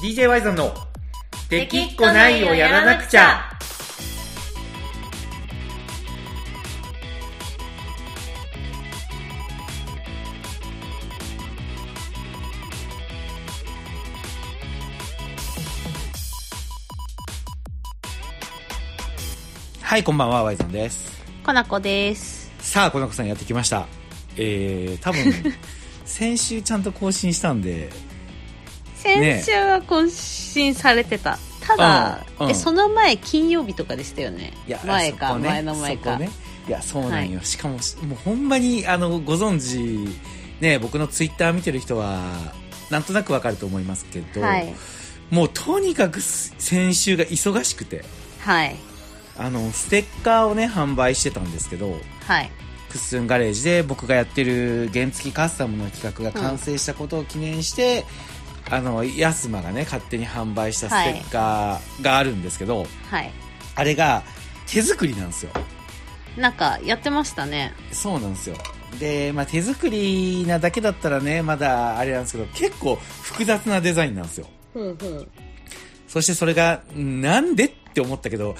DJ ワイゾンのできっこないをやらなくちゃ。はい、こんばんは、ワイゾンです。 コナコです。 さあ、コナコさんやってきました。多分先週ちゃんと更新したんで、 先週は更新されてた。ただ、その前金曜日とかでしたよね。 いや、 前か、前の前か。 いや、そうなんよ。しかも、もうほんまにご存知ね、僕のツイッター見てる人はなんとなくわかると思いますけど、はい、もうとにかく先週が忙しくて、 はい。 ステッカーをね販売してたんですけど、 はい、 クッスンガレージで僕がやってる原付カスタムの企画が完成したことを記念して、ヤスマがね勝手に販売したステッカーがあるんですけど、 はい、 あれが手作りなんですよ。 なんかやってましたね。 そうなんですよ。で、手作りなだけだったらねまだあれなんですけど、結構複雑なデザインなんですよ。そしてそれがなんでって思ったけど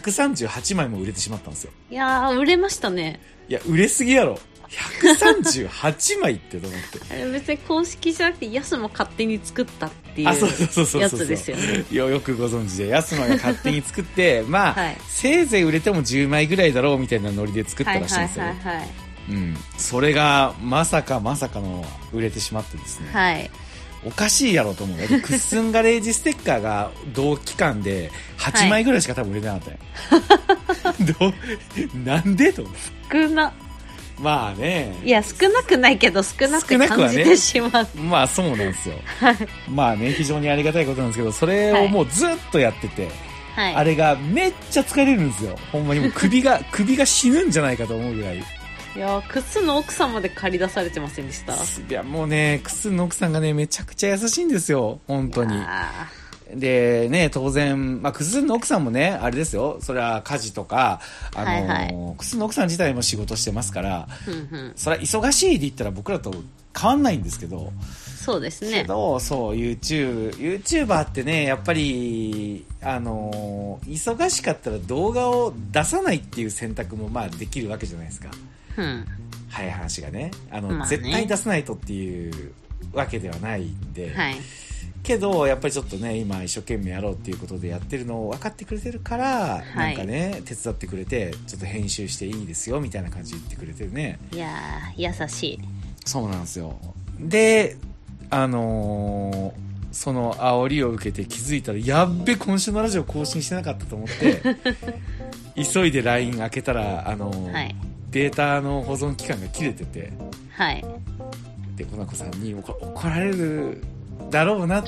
138枚も売れてしまったんですよ。 いやー、売れましたね。 いや、売れすぎやろ。138枚ってと思ってあれ別に公式じゃなくてヤスマ勝手に作ったっていうやつですよね。 よくご存知で、ヤスマが勝手に作ってはい、せいぜい売れても10枚ぐらいだろうみたいなノリで作ったらしいんですよ。それがまさかの売れてしまってですね、 はい、 おかしいやろと思う。クッスンガレージステッカーが同期間で8枚ぐらいしか多分売れてなかったよ、なんでと思う。 少な。 まあね。 いや、少なくないけど少なく感じてしまう、 まあそうなんですよまあね、非常にありがたいことなんですけど、それをもうずっとやってて、はい、あれがめっちゃ疲れるんですよ。ほんまにもう首が死ぬんじゃないかと思うぐらい。 いや、クッスンの奥さんまで借り出されてませんでした？いや、もうね、クッスンの奥さんがねめちゃくちゃ優しいんですよ、本当に。でね、当然、クッスンの奥さんもねあれですよ、それは家事とかクッスンの奥さん自体も仕事してますから、それは忙しいで言ったら僕らと変わんないんですけど、 そうですね。 けどそう YouTuber ってね、やっぱり忙しかったら動画を出さないっていう選択もできるわけじゃないですか。早い話がね、絶対出さないとっていうわけではないんで、はい、けどやっぱりちょっとね今一生懸命やろうっていうことでやってるのを分かってくれてるから、はい、なんかね手伝ってくれて、ちょっと編集していいですよみたいな感じで言ってくれてるね。 いやー、優しい。 そうなんですよ。でその煽りを受けて気づいたら、やっべ今週のラジオ更新してなかったと思って急いで LINE 開けたらはい、データの保存期間が切れてて、 はい、 でコナコさんに怒られるだろうなって、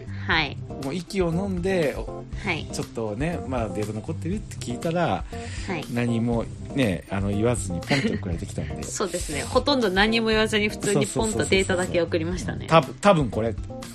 はい、 もう息を飲んで、 はい、 ちょっとね、データ残ってるって聞いたら、はい、何もね言わずにポンと送られてきたんでそうですね、ほとんど何も言わずに普通にポンとデータだけ送りましたね。 多分これ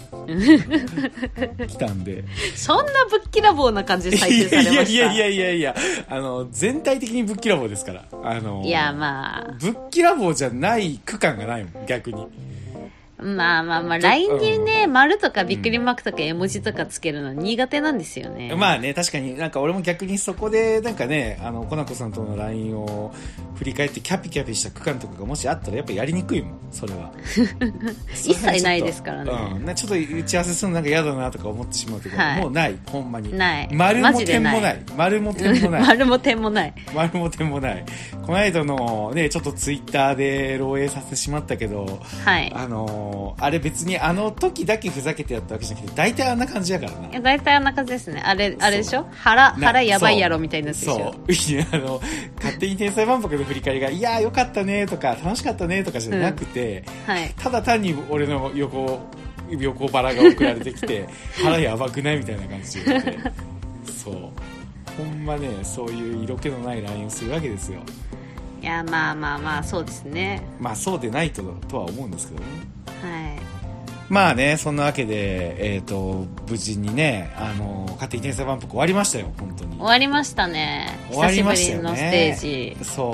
来たんで、 そんなぶっきらぼうな感じで再生されました。 いや全体的にぶっきらぼうですから。 いやぶっきらぼうじゃない区間がないもん、逆に。 LINE にね、丸とかびっくりマークとか絵文字とかつけるの苦手なんですよね。 確かになんか俺も逆にそこでなんかね、コナコさんとの LINE を振り返ってキャピキャピした区間とかがもしあったらやっぱやりにくいもん、それは。 一切ないですからね。 ちょっと打ち合わせするのなんか嫌だなとか思ってしまうけど、はい、もうない、ほんまに。 ない。 丸も点もない。丸も点もない。 丸も点もない。 丸も点もない。この間のね、ちょっとツイッターで漏洩させてしまったけど、はい。あれ別に時だけふざけてやったわけじゃなくて、大体あんな感じやからな。 いや、大体あんな感じですね。あれでしょ、腹やばいやろみたいなやつでしょ。そう勝手に天才万博の振り返りが、いやーよかったねとか楽しかったねとかじゃなくて、はい、ただ単に俺の横腹が送られてきて腹やばくないみたいな感じでそう、ほんまね、そういう色気のない LINE をするわけですよ。 いや、そうですね。 そうでないとは思うんですけどね。 はい。 そんなわけで、無事にね、勝手に天才万博終わりましたよ、本当に。 終わりましたね。 終わりましたよね。 久しぶりのステージ。 そう。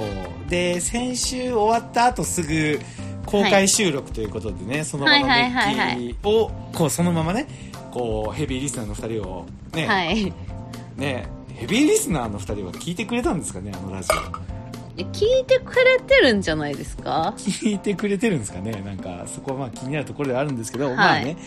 で、先週終わった後すぐ公開収録ということでね、そのままデッキを、そのままね、 こうヘビーリスナーの2人をね、 はい。 ね、ヘビーリスナーの2人は聞いてくれたんですかね、あのラジオ。 聞いてくれてるんじゃないですか？ 聞いてくれてるんですかね。なんかそこはまあ気になるところではあるんですけど、 はい、 まあね、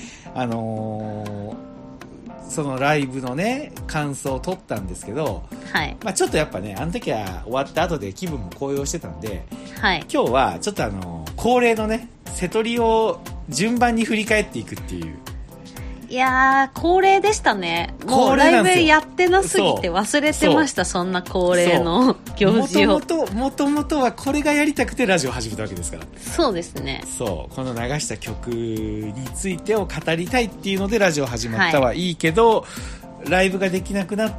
そのライブのね感想を取ったんですけど、 はい、 まあちょっとやっぱね、あの時は終わった後で気分も高揚してたんで、 はい、 今日はちょっと恒例のね瀬戸りを順番に振り返っていくっていう。 いやー、恒例でしたね。もうライブやってなすぎて忘れてました。そんな恒例の行事を。 もともとはこれがやりたくてラジオを始めたわけですから。 そうですね。 そう、この流した曲についてを語りたいっていうのでラジオ始まったはいいけど、はい、ライブができなくなって、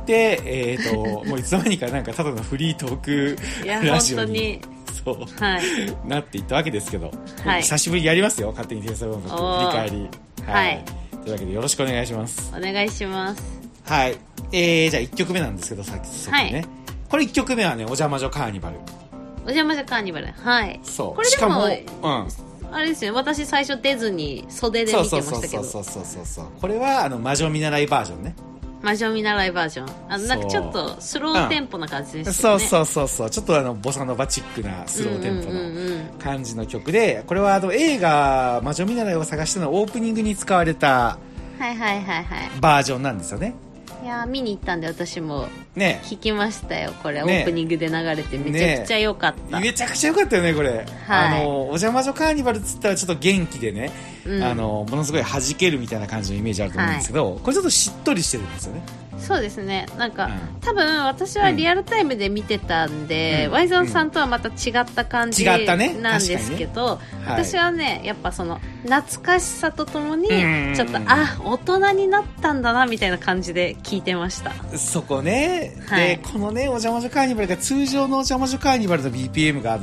もういつの間にかなんかただのフリートークラジオにそう、はい、なっていったわけですけど、はい、久しぶりにやりますよ、勝手に天才音楽振り返り。はい、というわけでよろしくお願いします。 お願いします。 はい。じゃあ1曲目なんですけど、さっきね、はい、これ1曲目はね、お邪魔女カーニバル。 お邪魔女カーニバル。はい。 そう。 これでも、あれですよね、私最初出ずに袖で見てましたけど。 そう。これは魔女見習いバージョンね。 魔女見習いバージョン。なんかちょっとスローテンポな感じですよね。 そう。ちょっとボサノバチックなスローテンポの感じの曲で、これは映画魔女見習いを探してのオープニングに使われたバージョンなんですよね。 いや見に行ったんで私も聞きましたよ、これ、オープニングで流れてめちゃくちゃ良かった、 めちゃくちゃ良かったよねこれ、はい、お邪魔女カーニバルっつったらちょっと元気でね、ものすごい弾けるみたいな感じのイメージあると思うんですけど、これちょっとしっとりしてるんですよね。 そうですね、なんか、多分私はリアルタイムで見てたんで、ワイゾンさんとはまた違った感じなんですけど、私はねやっぱその懐かしさとともにちょっと大人になったんだなみたいな感じで聞いてました。 そこね、でこのねお邪魔女カーニバルが通常のお邪魔女カーニバルの BPM が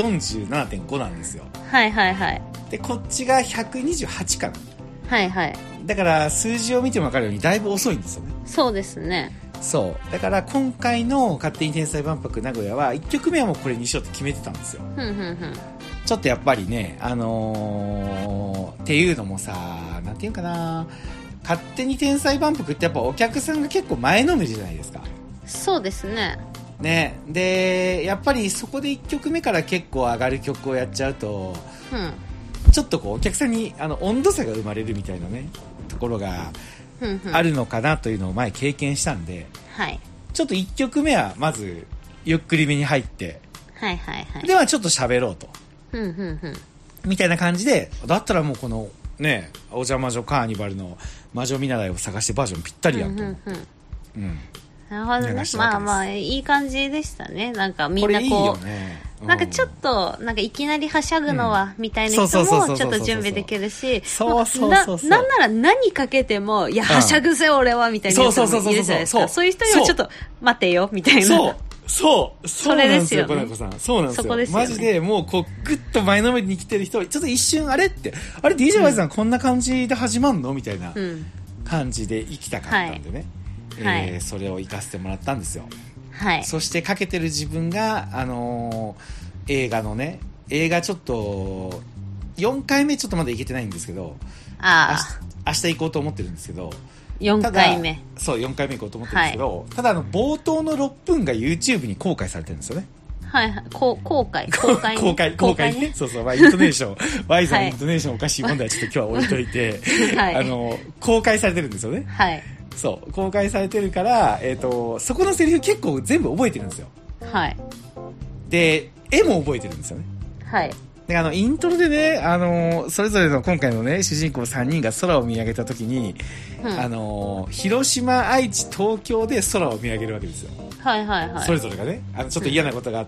147.5 なんですよ。 はいでこっちが128かな。 はいだから数字を見ても分かるようにだいぶ遅いんですよね。 そうですね。 そうだから今回の勝手に天才万博名古屋は1曲目はもうこれにしようって決めてたんですよ。ちょっとやっぱりねっていうのもさ、なんていうかな、勝手に天才万博ってやっぱお客さんが結構前のめりじゃないですか。 そうですね。 でやっぱりそこで1曲目から結構上がる曲をやっちゃうと、ちょっとこうお客さんに温度差が生まれるみたいなねところがあるのかなというのを前経験したんで、ちょっと1曲目はまずゆっくりめに入って、ではちょっと喋ろうと、みたいな感じで、だったらもうこのねお邪魔女カーニバルの魔女見習いを探してバージョンぴったりやんと、 なるほどね。まあいい感じでしたね。なんかみんなこう、 これいいよね、 なんかちょっとなんかいきなりはしゃぐのは、みたいな人もちょっと準備できるし、なんなら何かけてもいやはしゃぐぜ俺はみたいな人もいるじゃないですか。そういう人にはちょっと待てよみたいな。そうなんですよ、コナコさん。そうなんですよ。マジでもうこうグッと前のめりに来てる人、ちょっと一瞬あれ DJ ワイズさんこんな感じで始まんのみたいな感じで行きたかったんでね。それを行かせてもらったんですよ。そしてかけてる自分が、映画ちょっと4回目ちょっとまだ行けてないんですけど、明日行こうと思ってるんですけど、 4回目そう4回目行こうと思ってるんですけど、ただ冒頭の6分が YouTube に公開されてるんですよね。 公開ね。そう、イントネーションワイズのイントネーションおかしい問題はちょっと今日は置いといて、公開されてるんですよね。そう公開されてるから、そこのセリフ結構全部覚えてるんですよ。で絵も覚えてるんですよね。でイントロでね、それぞれの今回のね主人公3人が空を見上げた時に、広島愛知東京で空を見上げるわけですよ。それぞれがねちょっと嫌なことがあって、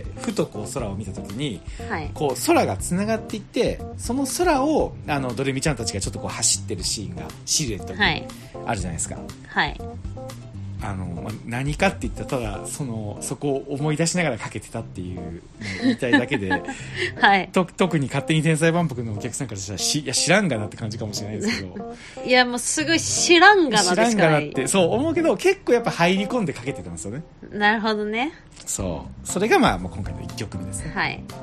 ふとこう空を見た時に、こう空がつながっていって、その空をドレミちゃんたちがちょっとこう走ってるシーンがシルエットにあるじゃないですか。何かって言ったらただそこを思い出しながらかけてたっていうのを言いたいだけで、特に勝手に天才万博のお客さんからしたらいや知らんがなって感じかもしれないですけどいやもうすごい知らんがなでしかない、 ってそう思うけど、結構やっぱ入り込んでかけてたんですよね。 なるほどね。 それがもう今回の1曲目ですね。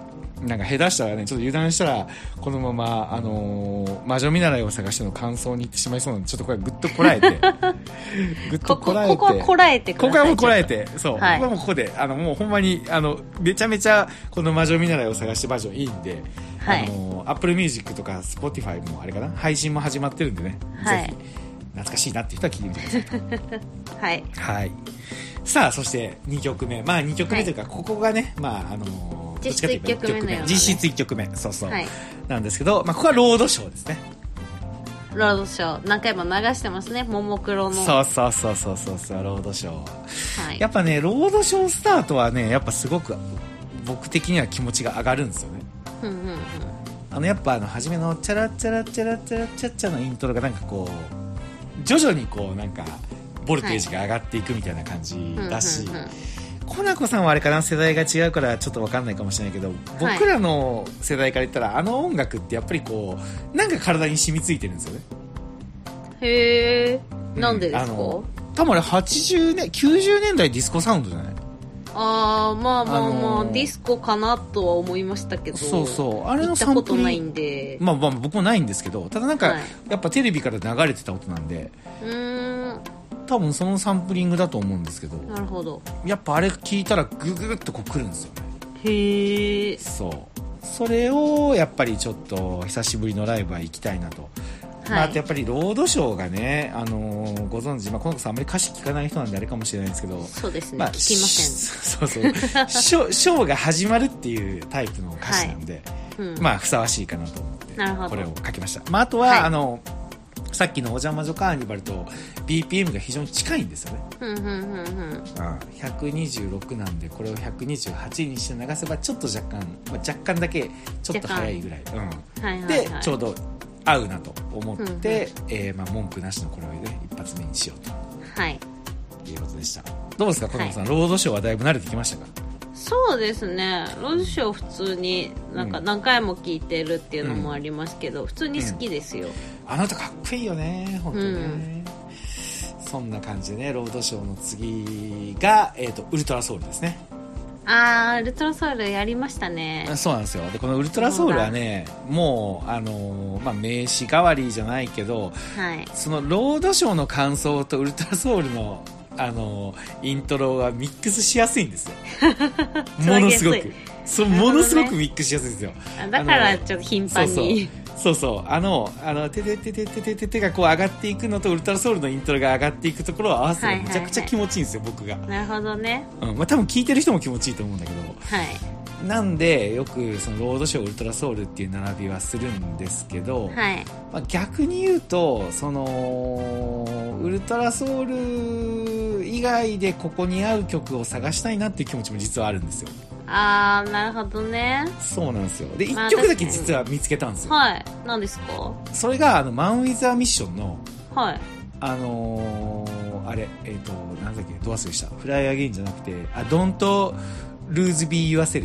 なんか下手したらね、ちょっと油断したら、このまま、魔女見習いを探しての感想に行ってしまいそうなので、ちょっとこれぐっとこらえて、ぐっとこらえて。 ここはこらえてください。 ここはもうこらえて、そう。 はい、 ここはもうここで、もうほんまに、めちゃめちゃ、この魔女見習いを探してバージョンいいんで、 はい、 Apple Music とか Spotify もあれかな、配信も始まってるんでね、 はい、 ぜひ、懐かしいなっていう人は聞いてみてください。 はい。 はい。さあ、そして2曲目。まあ2曲目というか、ここがね、まあ実質1曲目のような、ね、 実質1曲目。そうそう。 はい、 なんですけど、まあここはロードショーですね。 ロードショー。何回も流してますね、ももクロの。 そう、ロードショー。 はい。 やっぱね、ロードショースタートはね、やっぱすごく、僕的には気持ちが上がるんですよね。やっぱ初めのチャラチャラチャラチャラチャッチャのイントロがなんかこう、徐々にこうなんか、ボルテージが上がっていくみたいな感じだし、コナコさんはあれかな、世代が違うからちょっと分かんないかもしれないけど、僕らの世代から言ったら、音楽ってやっぱりこうなんか体に染みついてるんですよね。 へー、なんでですか？ 多分あれ80年90年代ディスコサウンドじゃない？ まあ、ディスコかなとは思いましたけど、 そうあれのサンプリング行ったことないんで、 まあ僕もないんですけど、ただなんか、やっぱテレビから流れてた音なんで、多分そのサンプリングだと思うんですけど、 なるほど。やっぱあれ聞いたらググッとこう来るんですよね。 へえ。 それをやっぱりちょっと久しぶりのライブは行きたいなと。あとやっぱりロードショーがね、ご存知、この子さんあんまり歌詞聞かない人なんであれかもしれないんですけど、 そうですね、聞きません。 ショーが始まるっていうタイプの歌詞なんで、ふさわしいかなと思ってこれを書きました。あとは、さっきのお邪魔女カーニバルと BPM が非常に近いんですよね。126なんで、これを128にして流せばちょっと若干だけちょっと早いぐらい、でちょうど合うなと思って、文句なしのこれをね一発目にしようと、いうことでした。どうですか、小野さん、ロードショーはだいぶ慣れてきましたか？ そうですね、ロードショー普通になんか何回も聴いてるっていうのもありますけど、普通に好きですよ。 あなたかっこいいよね、本当ね。そんな感じでね、ロードショーの次が、ウルトラソウルですね。 ウルトラソウルやりましたね。 そうなんですよ。でこのウルトラソウルはね、もう名詞代わりじゃないけど、そのロードショーの感想とウルトラソウルのイントロはミックスしやすいんですよ。ものすごくものすごくミックスしやすいんですよ。 だからちょっと頻繁にテテテテテテテテがこう上がっていくのとウルトラソウルのイントロが上がっていくところを合わせてめちゃくちゃ気持ちいいんですよ、僕が。なるほどね。 多分聴いてる人も気持ちいいと思うんだけど、なんでよくそのロードショーウルトラソウルっていう並びはするんですけど、逆に言うとそのウルトラソウル以外でここに合う曲を探したいなっていう気持ちも実はあるんですよ。 なるほどね。 そうなんですよ。で、1曲だけ実は見つけたんですよ。 何ですか？ それがマン・ウィズ・ア・ミッションの、あれ、なんだっけ、ど忘れした。フライ・アゲインじゃなくて、Don't Lose Be Yourself。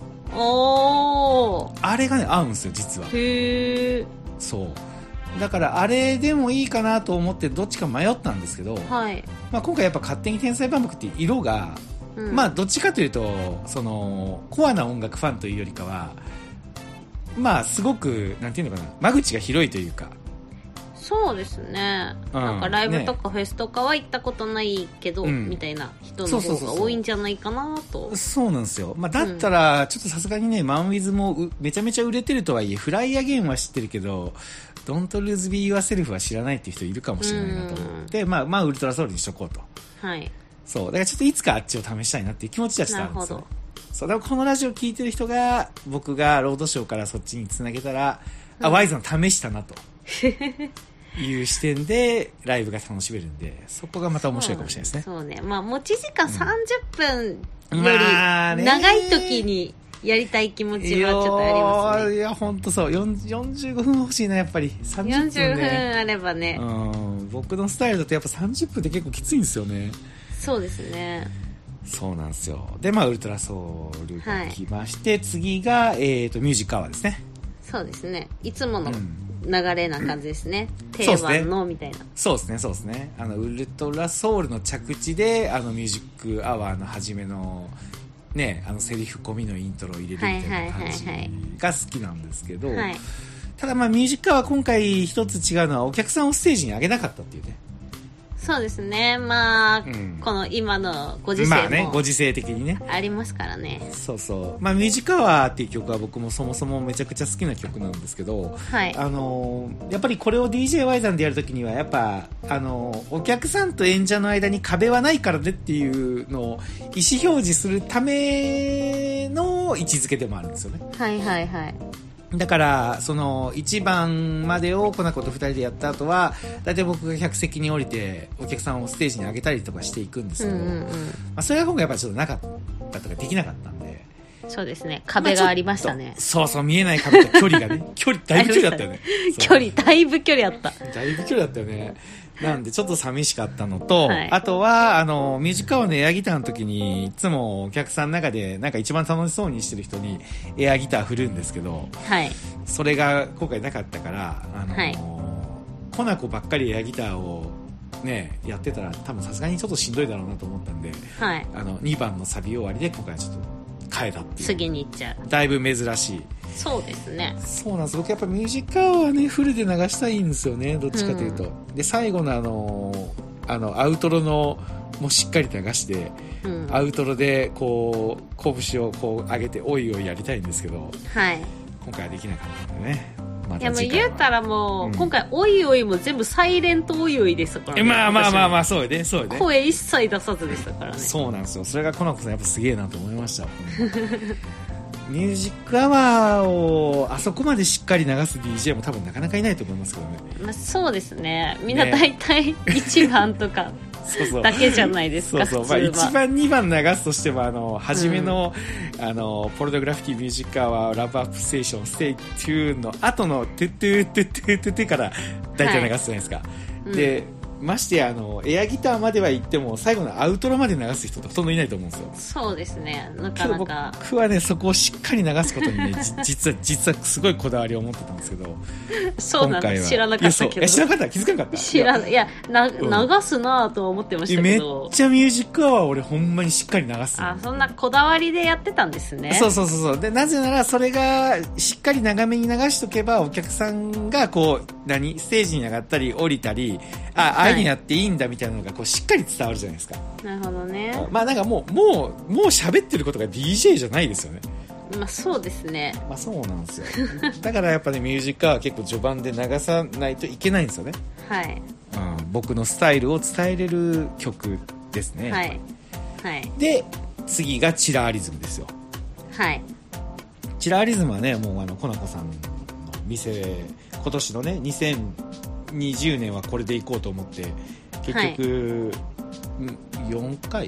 あれがね、合うんですよ、実は。 へー。 そう。だからあれでもいいかなと思ってどっちか迷ったんですけど、今回やっぱ勝手に天才万博っていう色が、どっちかというとそのコアな音楽ファンというよりかはすごくなんていうのかな、間口が広いというか。 そうですね、なんかライブとかフェスとかは行ったことないけど、みたいな人の方が多いんじゃないかなと。 そうなんですよ。だったらちょっとさすがにね、マンウィズもめちゃめちゃ売れてるとはいえ、フライアゲンは知ってるけどDon't Lose Be Yourselfは知らないっていう人いるかもしれないなと思って、ウルトラソウルにしとこうと。そうだからちょっといつかあっちを試したいなっていう気持ちはちょっとあるんですよ。そうだからこのラジオ聞いてる人が僕がロードショーからそっちにつなげたら、ワイズの試したなという視点でライブが楽しめるんで、そこがまた面白いかもしれないですね。 そうね、持ち時間30分より長い時にやりたい気持ちはちょっとありますね。 いや本当そう、45分欲しいな、やっぱり30分ね。 40分あればね。 僕のスタイルだとやっぱ30分って結構きついんですよね。 そうですね。 そうなんですよ。でウルトラソウルが来まして、次がミュージックアワーですね。 そうですね、いつもの流れな感じですね、定番のみたいな。 そうですね。ウルトラソウルの着地でミュージックアワーの初めのね、セリフ込みのイントロを入れるみたいな感じが好きなんですけど、はい、ただまあミュージックアワー今回一つ違うのはお客さんをステージに上げなかったっていうね。 そうですね。まあ、この今のご時世もまあね、ご時世的にねありますからね。 そうそう。まあミュージックアワーっていう曲は僕もそもそもめちゃくちゃ好きな曲なんですけど、はい、やっぱりこれを DJY さんでやるときにはやっぱお客さんと演者の間に壁はないからねっていうのを意思表示するための位置づけでもあるんですよね。 はいはいはい。 だからその1番までをコナコと2人でやった後は大体僕が客席に降りてお客さんをステージに上げたりとかしていくんですけど、まあ、それが今回やっぱりちょっとなかったとかできなかったんで。 そうですね、壁がありましたね。 そうそう、見えない壁と距離がねだいぶ距離あったよねだいぶ距離あっただいぶ距離あったよね。なんでちょっと寂しかったのと、はい、あとはミュージックアワーのエアギターの時にいつもお客さんの中でなんか一番楽しそうにしてる人にエアギター振るんですけど、はい、それが今回なかったからはい、コナコばっかりエアギターをねやってたら多分さすがにちょっとしんどいだろうなと思ったんで、はい、2番のサビ終わりで今回はちょっと変えたっていう。 次に行っちゃう。 だいぶ珍しい。 そうですね。 そうなんです。僕やっぱミュージックアワーはねフルで流したいんですよね、どっちかというと、で最後のアウトロのもしっかり流して、アウトロでこう拳をこう上げておいおいやりたいんですけど、はい、今回はできなかったんでね。 いやもう言うたらもう、今回おいおいも全部サイレントおいおいでしたからね。 まあそうよね、そうよね。 声一切出さずでしたからね。 そうなんですよ。それがコナコさんやっぱすげえなと思いましたミュージックアワーをあそこまでしっかり流す DJ も多分なかなかいないと思いますけどね。 まあ、そうですね。みんな大体1番とかだけじゃないですか。 そうそう、まあ、1番2番流すとしても初めの、ポルノグラフィティミュージックアワーラブアップステーションステイトゥーンの後のトゥトゥトゥトゥトゥトゥから大体流すじゃないですか、でましてやエアギターまでは行っても最後のアウトロまで流す人ってほとんどいないと思うんですよ。 そうですね、なかなか。 僕はねそこをしっかり流すことにね実はすごいこだわりを持ってたんですけどそうなんだ、知らなかったけど。 知らなかった、気づかなかった。 知らない、いや流すなとは思ってましたけど、 めっちゃミュージックアワー俺ほんまにしっかり流す。 あ、そんなこだわりでやってたんですね。 そうで、なぜならそれがしっかり長めに流しとけばお客さんがこうステージに上がったり降りたりああいうにやっていいんだみたいなのがこうしっかり伝わるじゃないですか。 なるほどね。 まあなんかもう喋ってることが DJ じゃないですよね。 まあそうですね。 まあそうなんですよ。だからやっぱねミュージックアワー結構序盤で流さないといけないんですよね。はい。僕のスタイルを伝えれる曲ですね。はい。はい。で次がチラーリズムですよ。はい。チラーリズムはねもうコナコさんの店今年のね2020年はこれでいこうと思って結局、4回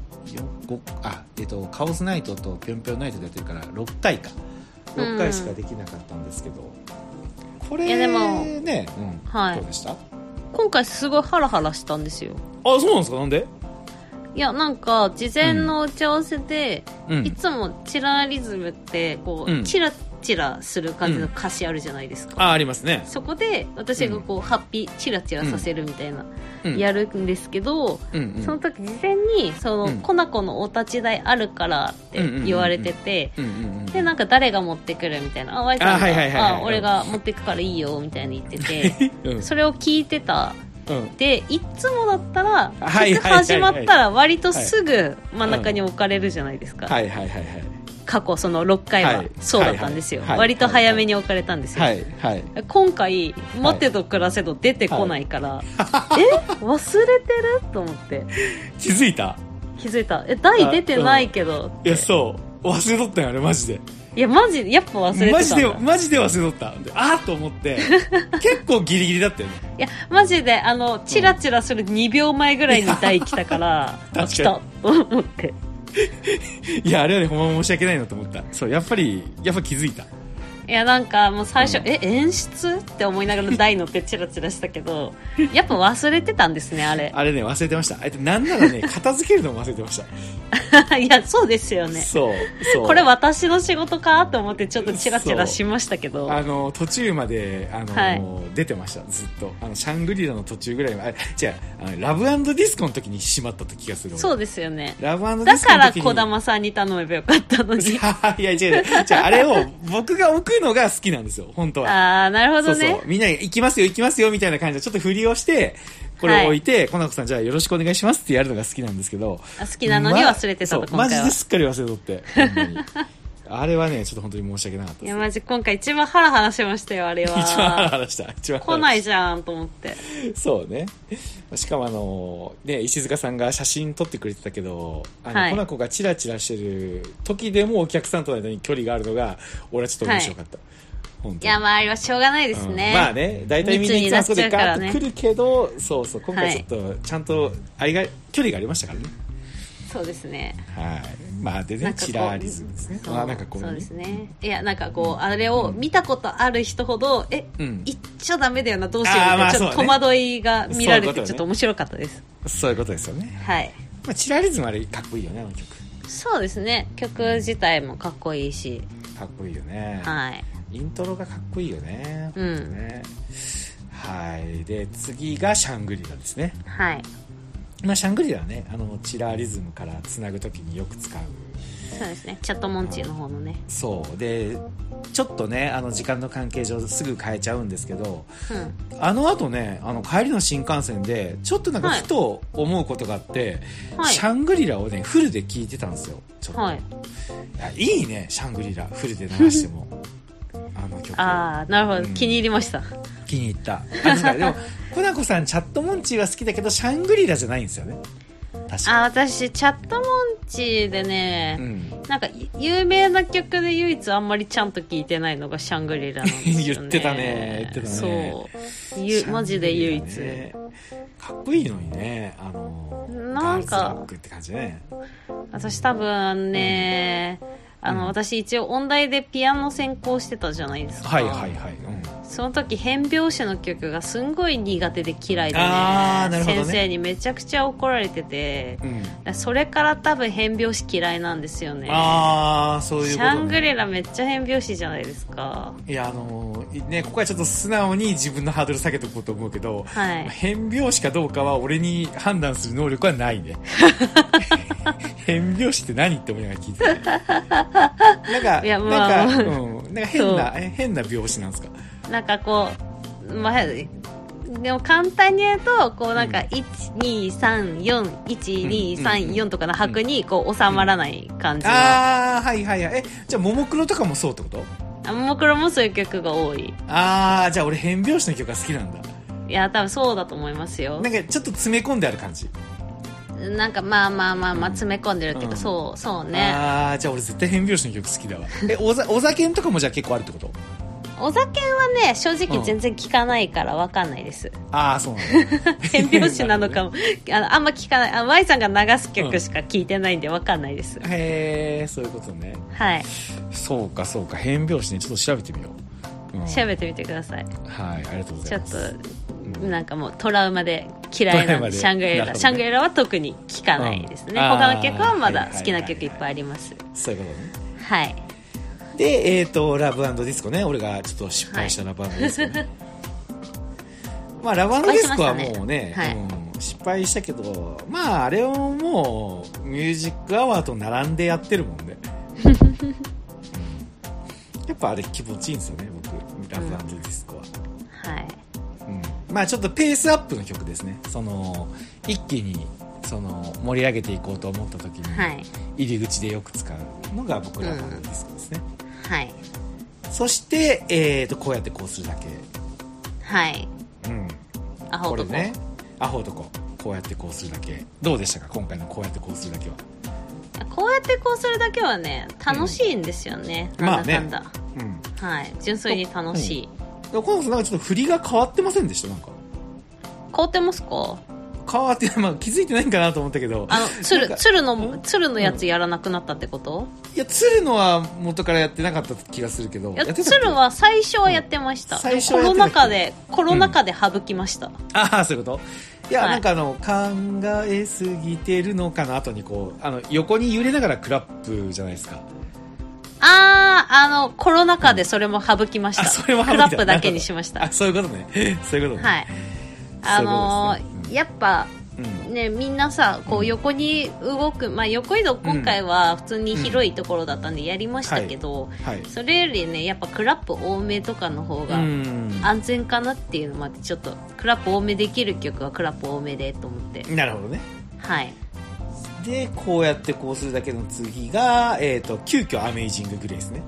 カオスナイトとぴょんぴょんナイトでやってるから6回しかできなかったんですけど、これね、いやでもね、はい、どうでした？ 今回すごいハラハラしたんですよ。 あ、そうなんですか？なんで？ いやなんか事前の打ち合わせで、いつもチラーリズムってこう、チラチラする感じの歌詞あるじゃないですか、 ありますね。 そこで私がこう、ハッピーチラチラさせるみたいな、やるんですけど、その時事前にコナコのお立ち台あるからって言われてて、でなんか誰が持ってくるみたいな、Y さんが俺が持ってくからいいよみたいに言ってて、それを聞いてた。でいつもだったら曲始まったら割とすぐ真ん中に置かれるじゃないですか。過去その6回はそうだったんですよ。割と早めに置かれたんですよ。今回待てど暮らせど出てこないから、忘れてると思って気づいた台出てないけどって。 いやそう忘れとったよあれマジで。 いやマジでやっぱ忘れてたんだ。 マジで忘れとった。と思って結構ギリギリだったよね。 いやマジでチラチラする2秒前ぐらいに台来たから来たと思っていやあれはねほんま申し訳ないなと思った。そうやっぱ気づいた。 いやなんかもう最初、演出って思いながら大のってチラチラしたけどやっぱ忘れてたんですね。あれね忘れてました。なんならね片付けるのも忘れてましたいやそうですよね。 そうこれ私の仕事かと思ってちょっとチラチラしましたけど、 途中まではい、出てました。ずっとシャングリラの途中ぐらいまでラブ&ディスコの時に閉まった気がする。 そうですよね。 ラブ&ディスコの時にだから児玉さんに頼めばよかったのにいや違うあれを僕が置くのが好きなんですよ本当は。 ああなるほどね。 そうみんな行きますよみたいな感じでちょっと振りをしてこれを置いて、コナコさんじゃあよろしくお願いしますってやるのが好きなんですけど、 好きなのに忘れてたと、今回はマジですっかり忘れとってほんまにあれはねちょっと本当に申し訳なかったです。 いやマジ今回一番ハラハラしましたよあれは。 一番ハラハラした。 来ないじゃんと思って。 そうね。しかも石塚さんが写真撮ってくれてたけどはい、コナコがチラチラしてる時でもお客さんとの間に距離があるのが俺はちょっと面白かった、はい、 いやまああれはしょうがないですね、 まあね大体みんないつもあそこでガーッと来るけど、そう今回ちょっとちゃんと距離がありましたからね。 そうですね。 はい。まあでねチラリズムですね。なんかこう、ね、 そうですね。いやなんかこう、あれを見たことある人ほど言っちゃダメだよなどうしようみたいなちょっと戸惑いが見られてちょっと面白かったです。 そういうことですよね。 はい。 まあチラリズムあれかっこいいよねあの曲。 そうですね。曲自体もかっこいいし。 かっこいいよね。 はい。 イントロがかっこいいよね。 ね。 はい。で次がシャングリラですね。 はい。 まあシャングリラはねチラリズムからつなぐときによく使う。 そうですね。チャットモンチーの方のね。 そうでちょっとね時間の関係上すぐ変えちゃうんですけど、あの後ね帰りの新幹線でちょっとなんかふと思うことがあって、はい、シャングリラをねフルで聴いてたんですよちょっと、はい、いいねシャングリラフルで流しても曲ああなるほど、気に入りました。 気に入ったでもコナコさんチャットモンチーは好きだけどシャングリラじゃないんですよね。確か私チャットモンチーでね、なんか有名な曲で唯一あんまりちゃんと聴いてないのがシャングリラなんですよね言ってたねそうマジで唯一、 かっこいいのにねなんかガールズロックって感じね。 私多分ね、私一応音大でピアノ専攻してたじゃないですか。 はいはいはい、 その時変拍子の曲がすんごい苦手で嫌いでね、先生にめちゃくちゃ怒られてて、それから多分変拍子嫌いなんですよね。 そういうことね。 シャングリラめっちゃ変拍子じゃないですか。 いやねここはちょっと素直に自分のハードル下げておこうと思うけど、変拍子かどうかは俺に判断する能力はないね変拍子って何って思いながら聞いてなんか変な拍子なんですか。 なんかこう、でも簡単に言うとこうなんか12341234とかの拍にこう収まらない感じの、 はいはいはい。じゃあももクロとかもそうってこと？ ももクロもそういう曲が多い。 じゃあ俺変拍子の曲が好きなんだ。 いや多分そうだと思いますよ。 なんかちょっと詰め込んである感じ。 なんかまあ詰め込んでるっていうか、そうね。 じゃあ俺絶対変拍子の曲好きだわ。お酒とかもじゃあ結構あるってこと？ お酒はね正直全然聞かないから分かんないです、 そうなんだ変拍子なのかもあんま聞かない。Y さんが流す曲しか聞いてないんで分かんないです、 へえそういうことね。 はいそうか変拍子ねちょっと調べてみよう、調べてみてください。 はいありがとうございます。 ちょっとなんかもうトラウマで嫌いなシャングリラ、シャングリラは特に聞かないですね、他の曲はまだ好きな曲いっぱいあります、 そういうことね。 はいでラブ&ディスコね俺がちょっと失敗したラブ&ディスコね、まあラブ&ディスコはもうね、失敗したけどあれをもうミュージックアワーと並んでやってるもんねやっぱあれ気持ちいいんですよね僕ラブ&ディスコは、ちょっとペースアップの曲ですね。一気に盛り上げていこうと思った時に、入り口でよく使うのが僕ラブ&ディスコですね。そして、こうやってこうするだけ。 アホ男。 これね、アホ男。こうやってこうするだけ。どうでしたか今回のこうやってこうするだけは。 こうやってこうするだけはね楽しいんですよね、なんだかんだ、純粋に楽しい。 今度なんかちょっと振りが変わってませんでした？なんか変わってますか？ 変わって、まあ、気づいてないんかなと思ったけど、 鶴のやつやらなくなったってこと？ いや、鶴のは元からやってなかった気がするけど、 鶴は最初はやってました。最初はコロナ禍で省きました。 ああ、そういうこと。いや、なんか考えすぎてるのかな後にこう、横に揺れながらクラップじゃないですか。 コロナ禍でそれも省きました。それも省いた。クラップだけにしました。 そういうことね。そういうことね。 はい。やっぱ、ね、みんなさ、こう横に動く、まあ横移動今回は普通に広いところだったんでやりましたけど、それよりね、やっぱクラップ多めとかの方が安全かなっていうのもあって、ちょっとクラップ多めできる曲はクラップ多めでと思って。 なるほどね。 はい。 で、こうやってこうするだけの次が、急遽アメイジンググレイスね。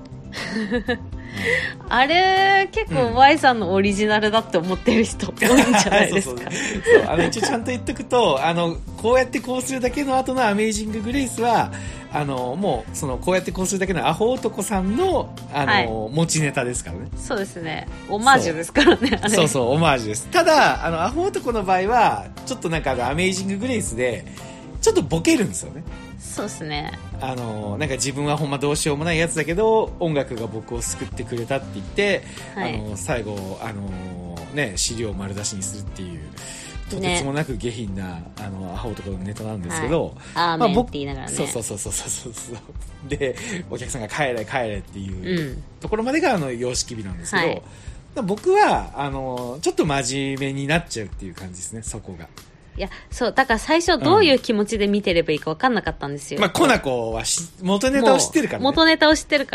あれ結構 Y さんのオリジナルだって思ってる人多いんじゃないですか。 そう一応ちゃんと言っとくと、こうやってこうするだけの後のアメイジンググレイスはもうこうやってこうするだけのアホ男さんの持ちネタですからね。 そうですね、オマージュですからね。 そうそう、オマージュです。ただアホ男の場合はちょっとなんかアメイジンググレイスでちょっとボケるんですよね。 そうですね。 なんか自分はほんまどうしようもないやつだけど音楽が僕を救ってくれたって言って、最後資料を丸出しにするっていうとてつもなく下品な、アホ男のネタなんですけど、 アーメンって言いながらね。 そうでお客さんが帰れ帰れっていうところまでが様式美なんですけど、僕はちょっと真面目になっちゃうっていう感じですね、そこが。 いや、そうだから最初どういう気持ちで見てればいいか分かんなかったんですよ。 まあコナコは元ネタを知ってるからね。 元ネタを知ってるから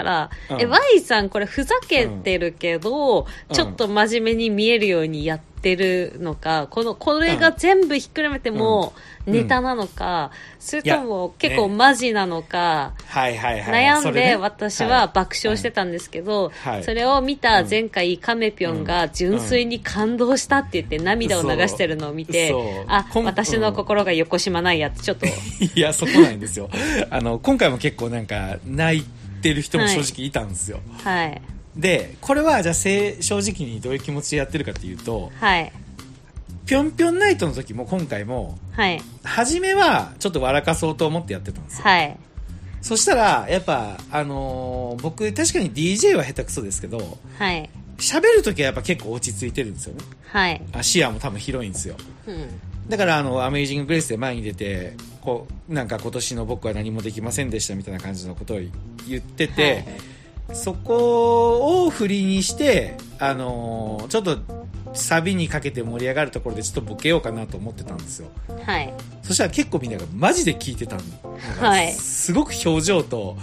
、Y さんこれふざけてるけど、ちょっと真面目に見えるようにやってるのか、これが全部ひっくるめてもネタなのか、それとも結構マジなのか、悩んで私は爆笑してたんですけど、それを見た前回カメピョンが純粋に感動したって言って涙を流してるのを見て、私の心が横島ないやつちょっといや、そこなんですよ。今回も結構なんか泣いてる人も正直いたんですよ。 はい。 で、これはじゃあ正直にどういう気持ちでやってるかっていうと、 はい。 ぴょんぴょんナイトの時も今回も、 はい。 初めはちょっと笑かそうと思ってやってたんですよ。 はい。 そしたら、やっぱ、僕確かに DJ は下手くそですけど、 はい。 喋る時はやっぱ結構落ち着いてるんですよね。 はい。 視野も多分広いんですよ。 うん。 だからアメイジング・グレイスで前に出てなんか今年の僕は何もできませんでしたみたいな感じのことを言ってて、そこを振りにしてちょっとサビにかけて盛り上がるところでちょっとボケようかなと思ってたんですよ。 はい。 そしたら結構みんながマジで聞いてたんだ。 はい。 すごく表情と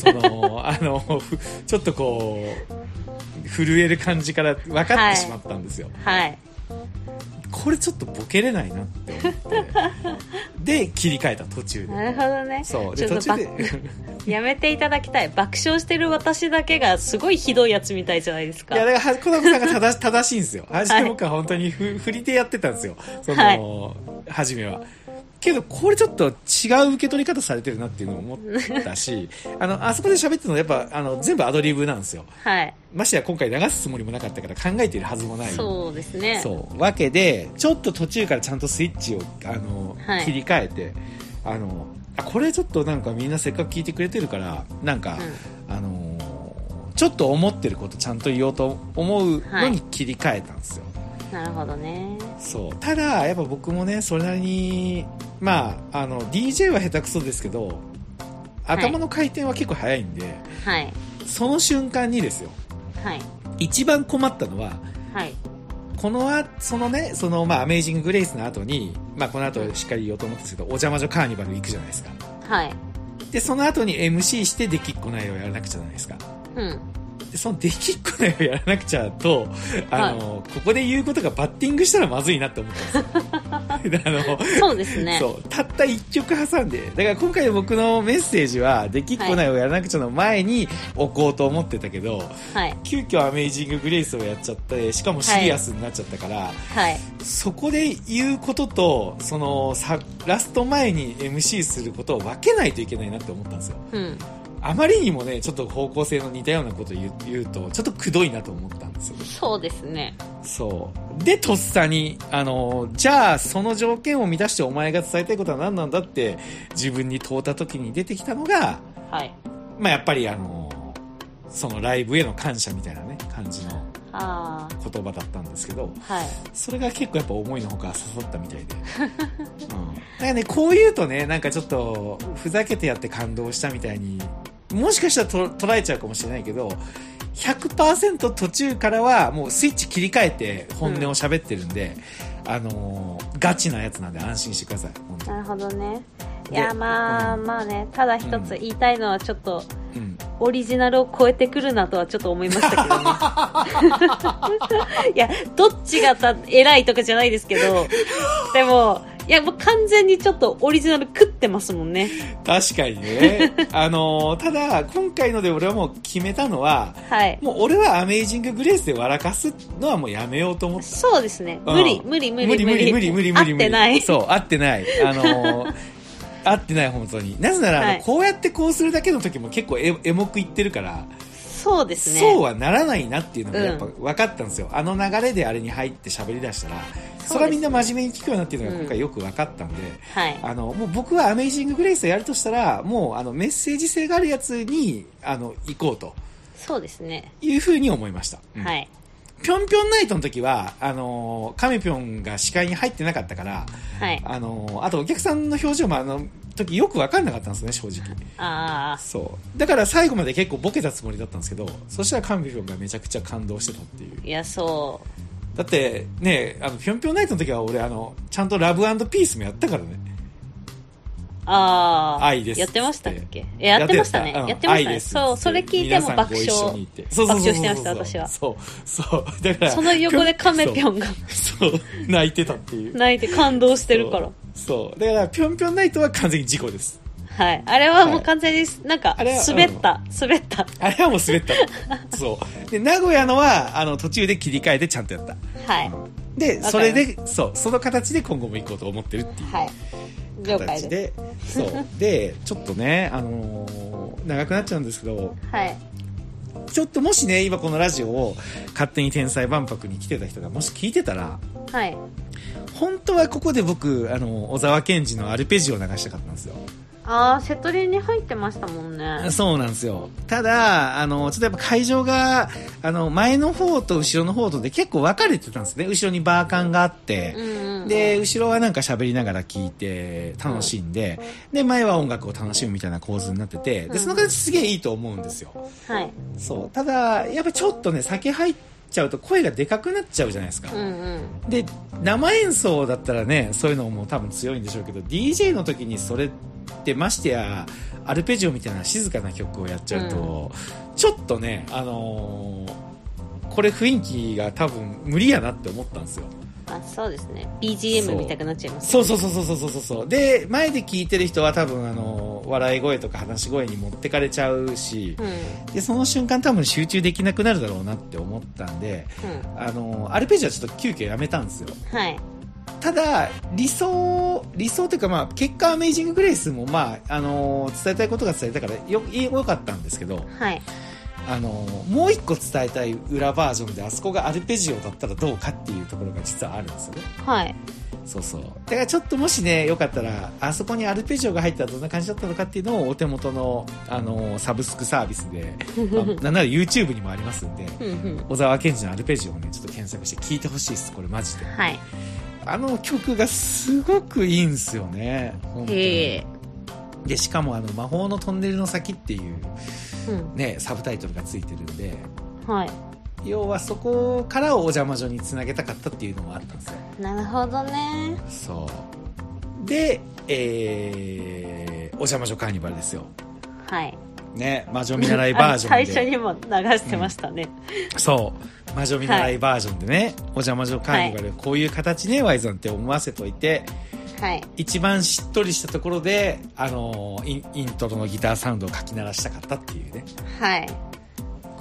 ちょっとこう震える感じから分かってしまったんですよ。 はい。 これちょっとボケれないなって思ってで切り替えた途中で。 なるほどね。 そうで途中でやめていただきたい。爆笑してる私だけがすごいひどいやつみたいじゃないですか。 いやだから小田さんが正しいんですよ。初め僕は本当に振りでやってたんですよ、初めは。けどこれちょっと違う受け取り方されてるなっていうのを思ったしあそこで喋ってるのはやっぱ全部アドリブなんですよ。 はい。 ましてや今回流すつもりもなかったから考えているはずもない。 そうですね。 そうわけでちょっと途中からちゃんとスイッチを切り替えてこれちょっとなんかみんなせっかく聞いてくれてるからなんか、ちょっと思ってることちゃんと言おうと思うのに切り替えたんですよ。 なるほどね。 そうただやっぱ僕もねそれなりにDJ は下手くそですけど頭の回転は結構早いんで、 はい、 その瞬間にですよ、 はい、 一番困ったのは、 はい、 アメイジング・グレイスの後に、この後しっかり言おうと思ったんですけど、お邪魔女カーニバル行くじゃないですか。 はい。 でその後に MC してできっこないをやらなくちゃじゃないですか。 うん。 でそのできっこないをやらなくちゃとここで言うことがバッティングしたらまずいなって思ったんですよ。 そうですね。 そうたった1曲挟んで、だから今回僕のメッセージはできっこないをやらなくちゃの前に置こうと思ってたけど、 はい、 急遽アメイジング・グレイスをやっちゃってしかもシリアスになっちゃったから、 はい、 そこで言うこととラスト前に MC することを分けないといけないなって思ったんですよ。 うん、 あまりにもねちょっと方向性の似たようなことを言うとちょっとくどいなと思ったんですよ。 そうですね。 そうでとっさにじゃあその条件を満たしてお前が伝えたいことは何なんだって自分に問うた時に出てきたのが、 はい、 まあやっぱりそのライブへの感謝みたいなね感じの言葉だったんですけど、 はい、 それが結構やっぱ思いのほか刺さったみたいで、だからねこう言うとねなんかちょっとふざけてやって感動したみたいにもしかしたら捉えちゃうかもしれないけど 100% 途中からはもうスイッチ切り替えて本音を喋ってるんで、ガチなやつなんで安心してください。 なるほどね。いやまあね、ただ一つ言いたいのはちょっと、オリジナルを超えてくるなとはちょっと思いましたけどねいやどっちが偉いとかじゃないですけど、でもいやもう完全にちょっとオリジナル食ってますもんね。 確かにねただ今回ので俺はもう決めたのは、はい、もう俺はアメイジンググレースで笑かすのはもうやめようと思って。 そうですね、無理合ってない。 そう合ってない合ってない本当に。なぜなら、はい、こうやってこうするだけの時も結構エモく言ってるから。 そうですね。 そうはならないなっていうのがやっぱ分かったんですよ。流れであれに入って喋り出したら、それはみんな真面目に聞くようになっていうのが今回よく分かったんで、はい、もう僕はアメイジンググレイスをやるとしたら、もうメッセージ性があるやつに行こうと。 そうですね。 いうふうに思いました。 はい。 ぴょんぴょんナイトの時はカメぴょんが視界に入ってなかったから、はい、あとお客さんの表情も時よく分かんなかったんですね正直。そうだから最後まで結構ボケたつもりだったんですけど、そしたらカメぴょんがめちゃくちゃ感動してたっていう。 いやそうだってねぴょんぴょんナイトの時は俺ちゃんとラブ&ピースもやったからね。愛ですやってましたっけ。やってましたね、やってましたね。そうそれ聞いても爆笑してました私は。 そうだからその横でカメぴょんがそう泣いてたっていう、 泣いて感動してるから。 そうだからぴょんぴょんナイトは完全に事故です。 はい、あれはもう完全になんか滑った、 あれはもう滑ったそうで名古屋のは途中で切り替えてちゃんとやった。 はい、 でそれでその形で今後も行こうと思ってるっていう、 はい、 形でそうでちょっとね長くなっちゃうんですけど、 はい、 ちょっともしね今このラジオを勝手に天才万博に来てた人がもし聞いてたら、 はい、 本当はここで僕小沢健二のアルペジオを流したかったんですよ。 セトリに入ってましたもんね。 そうなんですよ。ただちょっとやっぱ会場が前の方と後ろの方とで結構分かれてたんですね。後ろにバーカンがあって、で後ろはなんか喋りながら聞いて楽しんで、で前は音楽を楽しむみたいな構図になってて、でその形すげえいいと思うんですよ。 はい。 そうただやっぱちょっとね酒入ってちゃうと声がでかくなっちゃうじゃないですか、で生演奏だったらねそういうのも多分強いんでしょうけど DJ の時にそれってましてやアルペジオみたいな静かな曲をやっちゃうと、ちょっとねこれ雰囲気が多分無理やなって思ったんですよ。 そうですね BGM 見たくなっちゃいます、 ね、そうで前で聞いてる人は多分笑い声とか話し声に持ってかれちゃうし、でその瞬間多分集中できなくなるだろうなって思ったんで、アルペジオはちょっと急遽やめたんですよ。 はい。 ただ理想というか、結果アメイジンググレイスも、伝えたいことが伝えたからよかったんですけど、 はい、 もう一個伝えたい裏バージョンであそこがアルペジオだったらどうかっていうところが実はあるんですよね。 はい。 そうだからちょっともしねよかったらあそこにアルペジオが入ったらどんな感じだったのかっていうのをお手元のサブスクサービスでなんなら YouTube にもありますんで小沢健二のアルペジオをねちょっと検索して聞いてほしいです。これマジで、 はい、 曲がすごくいいんですよね本当に。でしかも魔法のトンネルの先っていう、ね、サブタイトルがついてるんで、 はい、 要はそこからお邪魔女につなげたかったっていうのもあったんですよ。 なるほどね。 そうで、お邪魔女カーニバルですよ。 はいね、魔女見習いバージョンで最初にも流してましたね、 そう魔女見習いバージョンでね、お邪魔女カーニバル、こういう形ねワイゾンって思わせといて、 はい、 一番しっとりしたところでイントロのギターサウンドをかき鳴らしたかったっていうね。 はい。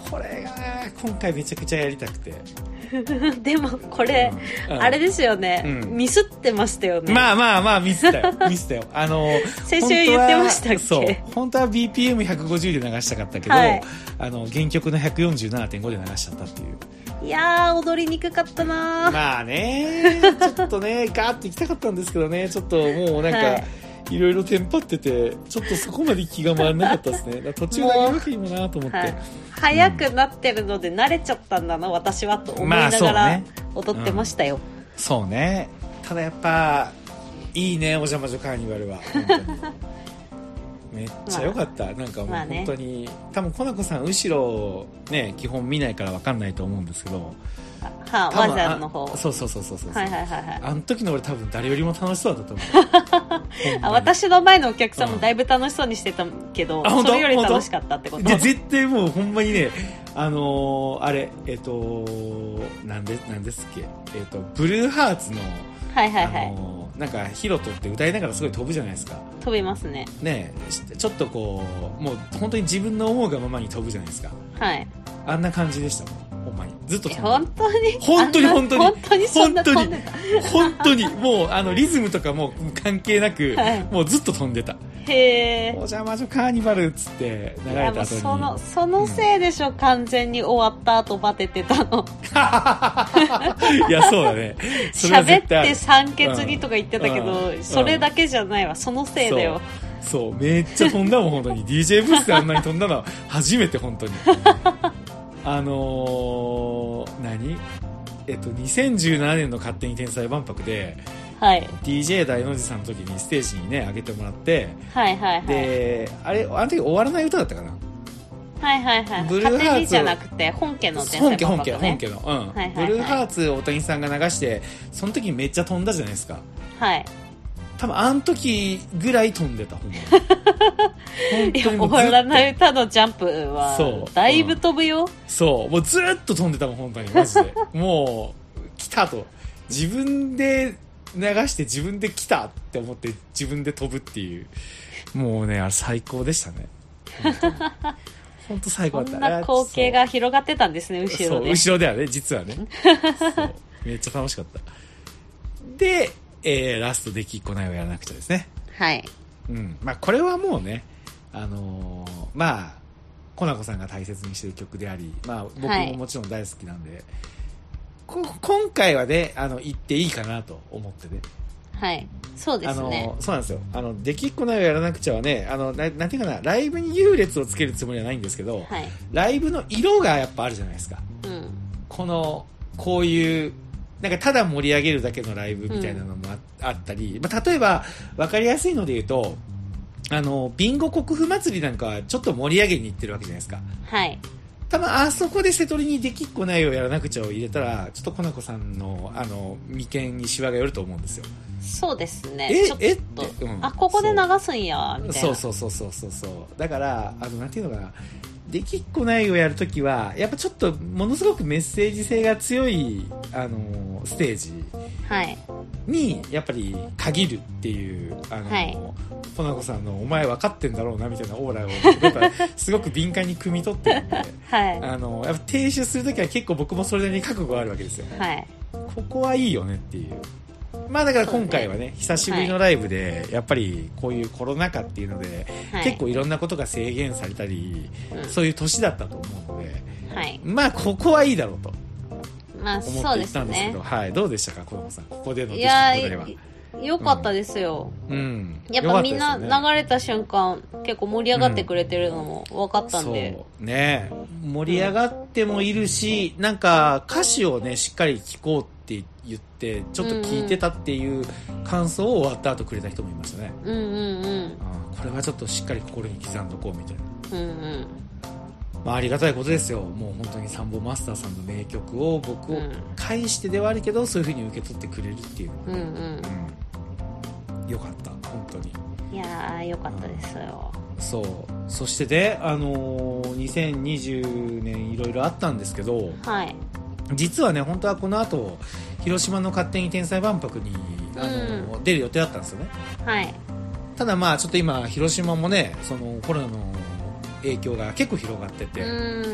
これが今回めちゃくちゃやりたくてでもこれ、あれですよね、ミスってましたよね。 まあミスったよミスったよ。 先週言ってましたっけ。 そう本当は BPM150 で流したかったけど、はい、原曲の 147.5 で流しちゃったっていう。 いやー踊りにくかったな。 まあねちょっとねガーッと行きたかったんですけどね、ちょっともうなんか、いろいろテンパっててちょっとそこまで気が回らなかったですね。途中で上げなきゃいいもなと思って、 早くなってるので慣れちゃったんだな、私はと思いながら踊ってましたよ。 そうね。ただやっぱいいね、お邪魔女カーニバルは本当にめっちゃ良かった、なんかもう本当に、多分コナコさん後ろね基本見ないから分かんないと思うんですけど、 ワザンの方。 そう、あの時の俺多分誰よりも楽しそうだったと思う私の前のお客さんもだいぶ楽しそうにしてたけど、それより楽しかったってこと。 で絶対もうほんまにね、あれなんですっけ、ブルーハーツのなんかヒロトって歌いながらすごい飛ぶじゃないですか。 飛びますね。 ね、ちょっとこうもう本当に自分の思うがままに飛ぶじゃないですか。 はい。 あんな感じでしたもん。ほんまにずっと飛んでた。 本当にそんな飛んでた。 本当にもうリズムとかも関係なく、もうずっと飛んでた。 へー。 お邪魔女カーニバルっつって流れた後に、 そのせいでしょ、完全に終わった後バテてたの。 いやそうだね。 喋って酸欠にとか言ってたけど、それだけじゃないわ、そのせいだよ。 そうめっちゃ飛んだもん本当に。DJ ブースであんなに飛んだのは初めて本当に。2017年の勝手に天才万博で、はい、DJ 大の字さんの時にステージにね上げてもらって、であの時終わらない歌だったかな。 ブルーハーツじゃなくて本家の天才万博、ね、 本家の、ブルーハーツ大谷さんが流して、その時にめっちゃ飛んだじゃないですか。 はい。 多分あの時ぐらい飛んでた。ほんまいや、終わらない歌のジャンプはだいぶ飛ぶよ。 そうもうずっと飛んでたもん本当にマジで。もう来たと自分で流して自分で来たって思って自分で飛ぶっていう、もうねあれ最高でしたね。本当最高だった。 こんな光景が広がってたんですね、後ろで。 そう後ろではね実はねそうめっちゃ楽しかった。でラストできっこないをやらなくちゃですね。 はい。 まあこれはもうね、まあコナコさんが大切にしてる曲であり、まあ僕ももちろん大好きなんで、今回はね言っていいかなと思ってね。 はい。そうですね。 そうなんですよ。できっこないをやらなくちゃはね、なんていうかな、ライブに優劣をつけるつもりはないんですけど、はい、ライブの色がやっぱあるじゃないですか。こういうなんかただ盛り上げるだけのライブみたいなのもあったり、まあ、例えば分かりやすいので言うとビンゴ国府祭りなんかはちょっと盛り上げに行ってるわけじゃないですか。 はい。 多分あそこで瀬戸りにできっこないをやらなくちゃを入れたらちょっとコナコさんの眉間にシワが寄ると思うんですよ。 そうですね。ちょっとここで流すんやみたいな。そうだからなんていうのかな、できっこないをやるときはやっぱちょっとものすごくメッセージ性が強いステージにやっぱり限るっていうコナコさんのお前分かってんだろうなみたいなオーラをやっぱすごく敏感に汲み取ってるんで、はい、やっぱ提出するときは結構僕もそれなりに覚悟があるわけですよ、はい、ここはいいよねっていう。まあだから今回はね久しぶりのライブでやっぱりこういうコロナ禍っていうので、結構いろんなことが制限されたり、そういう年だったと思うので、まあここはいいだろうと思って行ったんですけど、はい、どうでしたかコナコさん、ここでの出来事は。 良かったですよ、やっぱみんな流れた瞬間結構盛り上がってくれてるのも分かったんで、 そうね、盛り上がってもいるし、なんか歌詞をねしっかり聴こうって言ってちょっと聞いてたっていう感想を終わった後くれた人もいましたね。これはちょっとしっかり心に刻んどこうみたいな、まあ、ありがたいことですよ。もう本当にサンボマスターさんの名曲を僕を介してではあるけど、そういう風に受け取ってくれるっていうのはね、よかった本当に。 いやーよかったですよ。 そしてで、2020年いろいろあったんですけど、はい、実はね本当はこの後広島の勝手に天才万博に出る予定だったんですよね。はい。ただまあちょっと今広島もねそのコロナの影響が結構広がってて、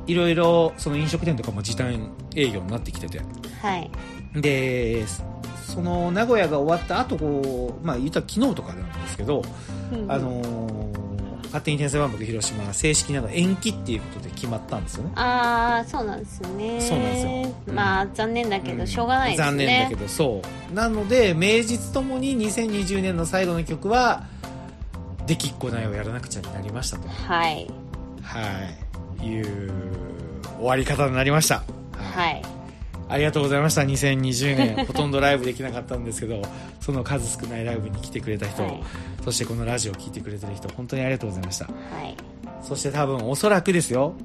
いろいろその飲食店とかも時短営業になってきてて、 はい、 でその名古屋が終わった後こう、まあ、言ったら昨日とかなんですけど、勝手に天才万博広島正式なの延期っていうことで決まったんですよね。 ああ、そうなんですね。 そうなんですよ。 まあ残念だけどしょうがないですね。 残念だけど、そうなので名実ともに2020年の最後の曲はできっこないをやらなくちゃになりましたと、 はいいう終わり方になりました。 はい、 ありがとうございました。2020年ほとんどライブできなかったんですけど、その数少ないライブに来てくれた人、そしてこのラジオを聞いてくれてる人、本当にありがとうございました。そして多分おそらくですよ、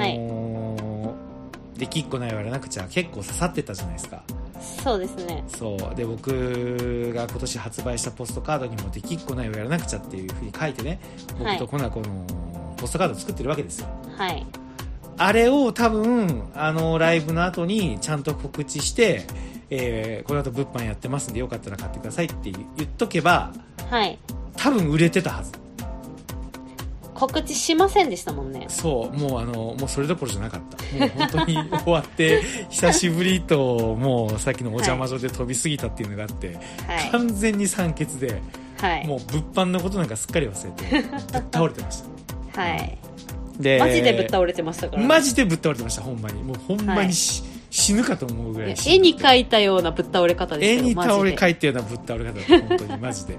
できっこないをやらなくちゃ結構刺さってたじゃないですか。 そうですね。 そうで、僕が今年発売したポストカードにもできっこないをやらなくちゃっていう風に書いてね、僕とコナコのポストカードを作ってるわけですよ。あれを多分ライブの後にちゃんと告知して、この後物販やってますんでよかったら買ってくださいって言っとけば、多分売れてたはず。 告知しませんでしたもんね。 そう、もうそれどころじゃなかった。もう本当に終わって久しぶりと、もうさっきのお邪魔女で飛びすぎたっていうのがあって、完全に酸欠で、もう物販のことなんかすっかり忘れてぶっ倒れてました。でマジでぶっ倒れてましたからね。 マジでぶっ倒れてました。ほんまにもうほんまに、死ぬかと思うぐらい。 絵に描いたようなぶっ倒れ方ですよ。 絵に描いたようなぶっ倒れ方です。本当にマジで。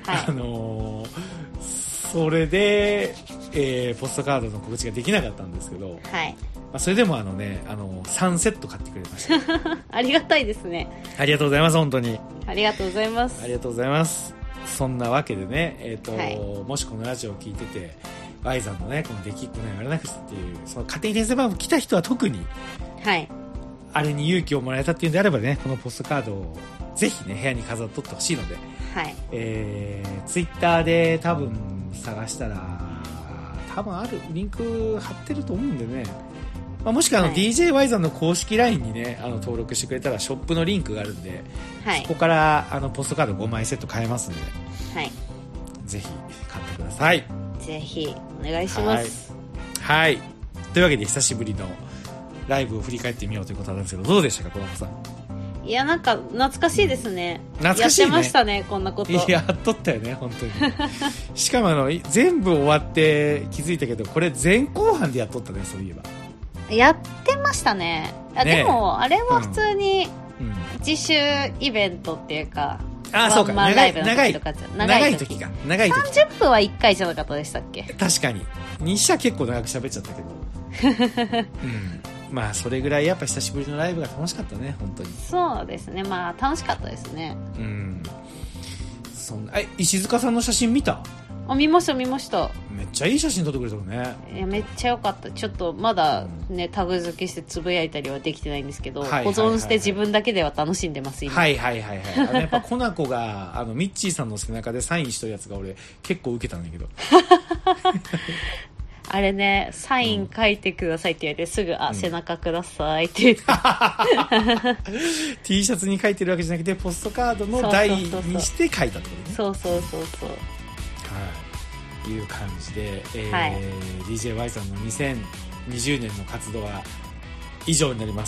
それで、ポストカードの告知ができなかったんですけど、それでも3セット買ってくれました。 ありがたいですね。 ありがとうございます。本当にありがとうございます。 ありがとうございます。そんなわけでね、もしこのラジオを聞いててYさんのね、このできっこないをやらなくちゃっていう、その家庭転生版を来た人は特に、あれに勇気をもらえたっていうんであればね、このポストカードをぜひね、部屋に飾っとってほしいので、ツイッターで多分探したら、多分ある、リンク貼ってると思うんでね、もしくはDJY さんの公式 LINE にね、登録してくれたらショップのリンクがあるんで、そこからポストカード5枚セット買えますので、ぜひ買ってください。 ぜひお願いします。 というわけで久しぶりのライブを振り返ってみようということなんですけど、どうでしたか、小山さん。 いや、なんか懐かしいですね。 懐かしいね。 やってましたね、こんなこと。 やっとったよね、本当に。しかも全部終わって気づいたけど、これ前後半でやっとったね、そういえば。 やってましたね。でもあれは普通に自主イベントっていうか、 そうか、長い時か。 30分は1回じゃなかったでしたっけ。 確かに。にしちゃ結構長く喋っちゃったけど。まあそれぐらいやっぱ久しぶりのライブが楽しかったね、本当に。そうですね、 まあ楽しかったですね。 石塚さんの写真見た？ 見ました見ました。 めっちゃいい写真撮ってくれたのね。 いや、めっちゃ良かった。ちょっとまだね、タグ付けしてつぶやいたりはできてないんですけど、保存して自分だけでは楽しんでます今。やっぱコナコがミッチーさんの背中でサインしとるやつが俺結構受けたんだけど。 あれね、サイン書いてくださいって言われてすぐ、背中くださいって言って T シャツに書いてるわけじゃなくてポストカードの台にして書いたってことね。 そういう感じで、DJY さんの2020年の活動は以上になります。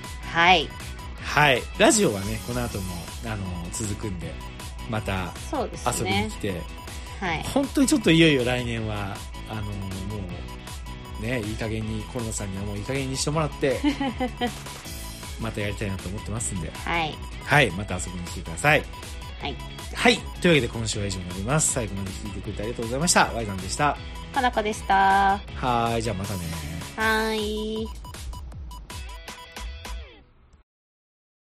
ラジオはねこの後も続くんで、また遊びに来て、本当にちょっといよいよ来年はもうね、いい加減にコロナさんにはもういい加減にしてもらってまたやりたいなと思ってますんで、また遊びに来てください。というわけで今週は以上になります。最後まで聞いてくれてありがとうございました。Yさんでした。 かなこでした。 じゃあまたね。